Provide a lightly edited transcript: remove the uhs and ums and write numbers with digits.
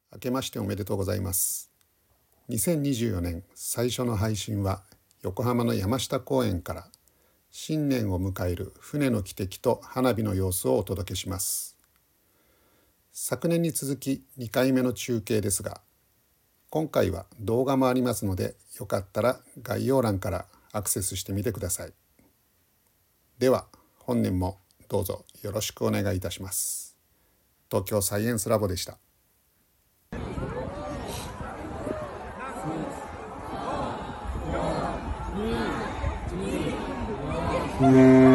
明けましておめでとうございます。2024年最初の配信は横浜の山下公園から新年を迎える船の汽笛と花火の様子をお届けします。昨年に続き2回目の中継ですが、今回は動画もありますので、よかったら概要欄からアクセスしてみてください。では本年もどうぞよろしくお願いいたします。東京サイエンスラボでした。 3、2、1